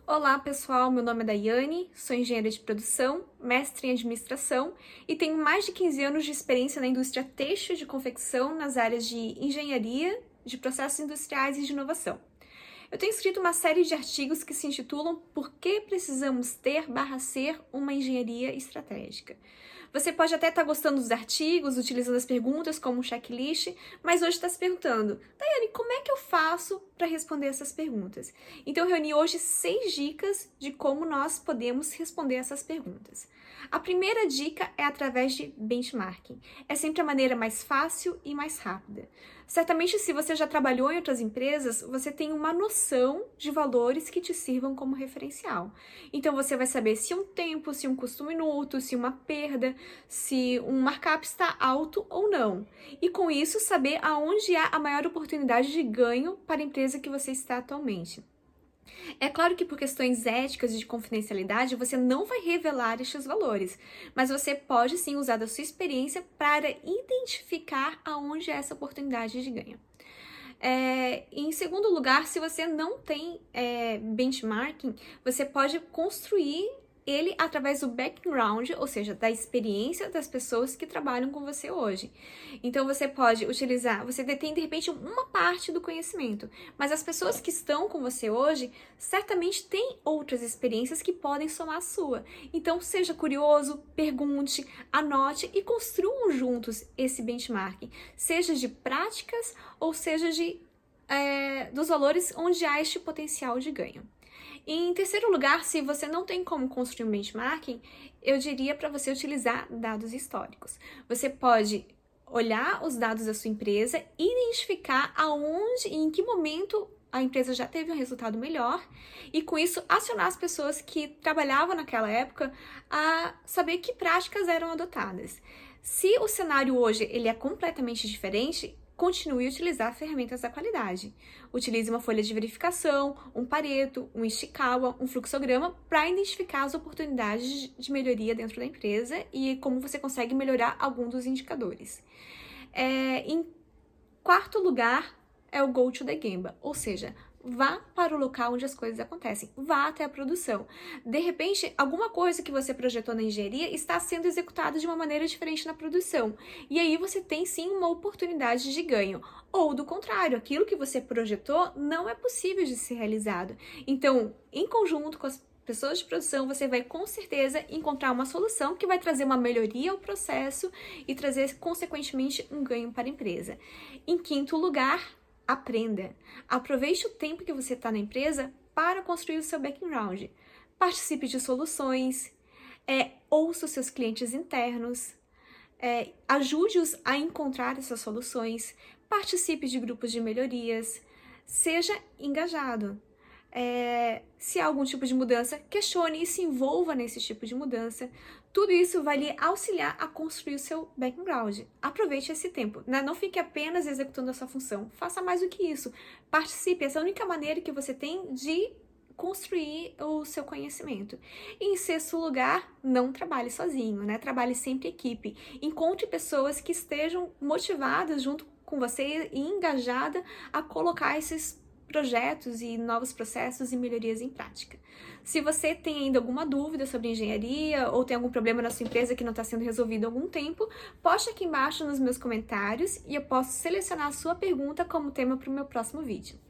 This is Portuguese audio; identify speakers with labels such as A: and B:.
A: Olá pessoal, meu nome é Daiane, sou engenheira de produção, mestre em administração e tenho mais de 15 anos de experiência na indústria têxtil de confecção nas áreas de engenharia, de processos industriais e de inovação. Eu tenho escrito uma série de artigos que se intitulam Por que precisamos ter/ser uma engenharia estratégica? Você pode até estar gostando dos artigos, utilizando as perguntas como um checklist, mas hoje está se perguntando, Daiane, como é que eu faço para responder essas perguntas? Então, eu reuni hoje 6 dicas de como nós podemos responder essas perguntas. A primeira dica é através de benchmarking. É sempre a maneira mais fácil e mais rápida. Certamente, se você já trabalhou em outras empresas, você tem uma noção de valores que te sirvam como referencial. Então, você vai saber se um tempo, se um custo minuto, se uma perda, se um markup está alto ou não. E com isso, saber aonde há a maior oportunidade de ganho para a empresa que você está atualmente. É claro que por questões éticas e de confidencialidade, você não vai revelar estes valores, mas você pode sim usar da sua experiência para identificar aonde é essa oportunidade de ganho. Em segundo lugar, se você não tem benchmarking, você pode construir ele através do background, ou seja, da experiência das pessoas que trabalham com você hoje. Então, você pode utilizar, você detém de repente uma parte do conhecimento, mas as pessoas que estão com você hoje certamente têm outras experiências que podem somar a sua. Então, seja curioso, pergunte, anote e construam juntos esse benchmarking, seja de práticas ou seja dos valores onde há este potencial de ganho. Em terceiro lugar, se você não tem como construir um benchmarking, eu diria para você utilizar dados históricos. Você pode olhar os dados da sua empresa e identificar aonde e em que momento a empresa já teve um resultado melhor e, com isso, acionar as pessoas que trabalhavam naquela época a saber que práticas eram adotadas. Se o cenário hoje ele é completamente diferente, continue a utilizar ferramentas da qualidade. Utilize uma folha de verificação, um Pareto, um Ishikawa, um fluxograma para identificar as oportunidades de melhoria dentro da empresa e como você consegue melhorar algum dos indicadores. Em quarto lugar é o Go to the Gemba, ou seja, vá para o local onde as coisas acontecem, vá até a produção. De repente, alguma coisa que você projetou na engenharia está sendo executada de uma maneira diferente na produção. E aí você tem sim uma oportunidade de ganho. Ou do contrário, aquilo que você projetou não é possível de ser realizado. Então, em conjunto com as pessoas de produção, você vai com certeza encontrar uma solução que vai trazer uma melhoria ao processo e trazer, consequentemente, um ganho para a empresa. Em quinto lugar, aprenda. Aproveite o tempo que você está na empresa para construir o seu background. Participe de soluções, ouça os seus clientes internos, ajude-os a encontrar essas soluções, participe de grupos de melhorias, seja engajado. Se há algum tipo de mudança, questione e se envolva nesse tipo de mudança. Tudo isso vai lhe auxiliar a construir o seu background. Aproveite esse tempo, né? Não fique apenas executando a sua função. Faça mais do que isso. Participe. Essa é a única maneira que você tem de construir o seu conhecimento. E, em sexto lugar, não trabalhe sozinho, né? Trabalhe sempre em equipe. Encontre pessoas que estejam motivadas junto com você e engajadas a colocar esses projetos e novos processos e melhorias em prática. Se você tem ainda alguma dúvida sobre engenharia ou tem algum problema na sua empresa que não está sendo resolvido há algum tempo, poste aqui embaixo nos meus comentários e eu posso selecionar a sua pergunta como tema para o meu próximo vídeo.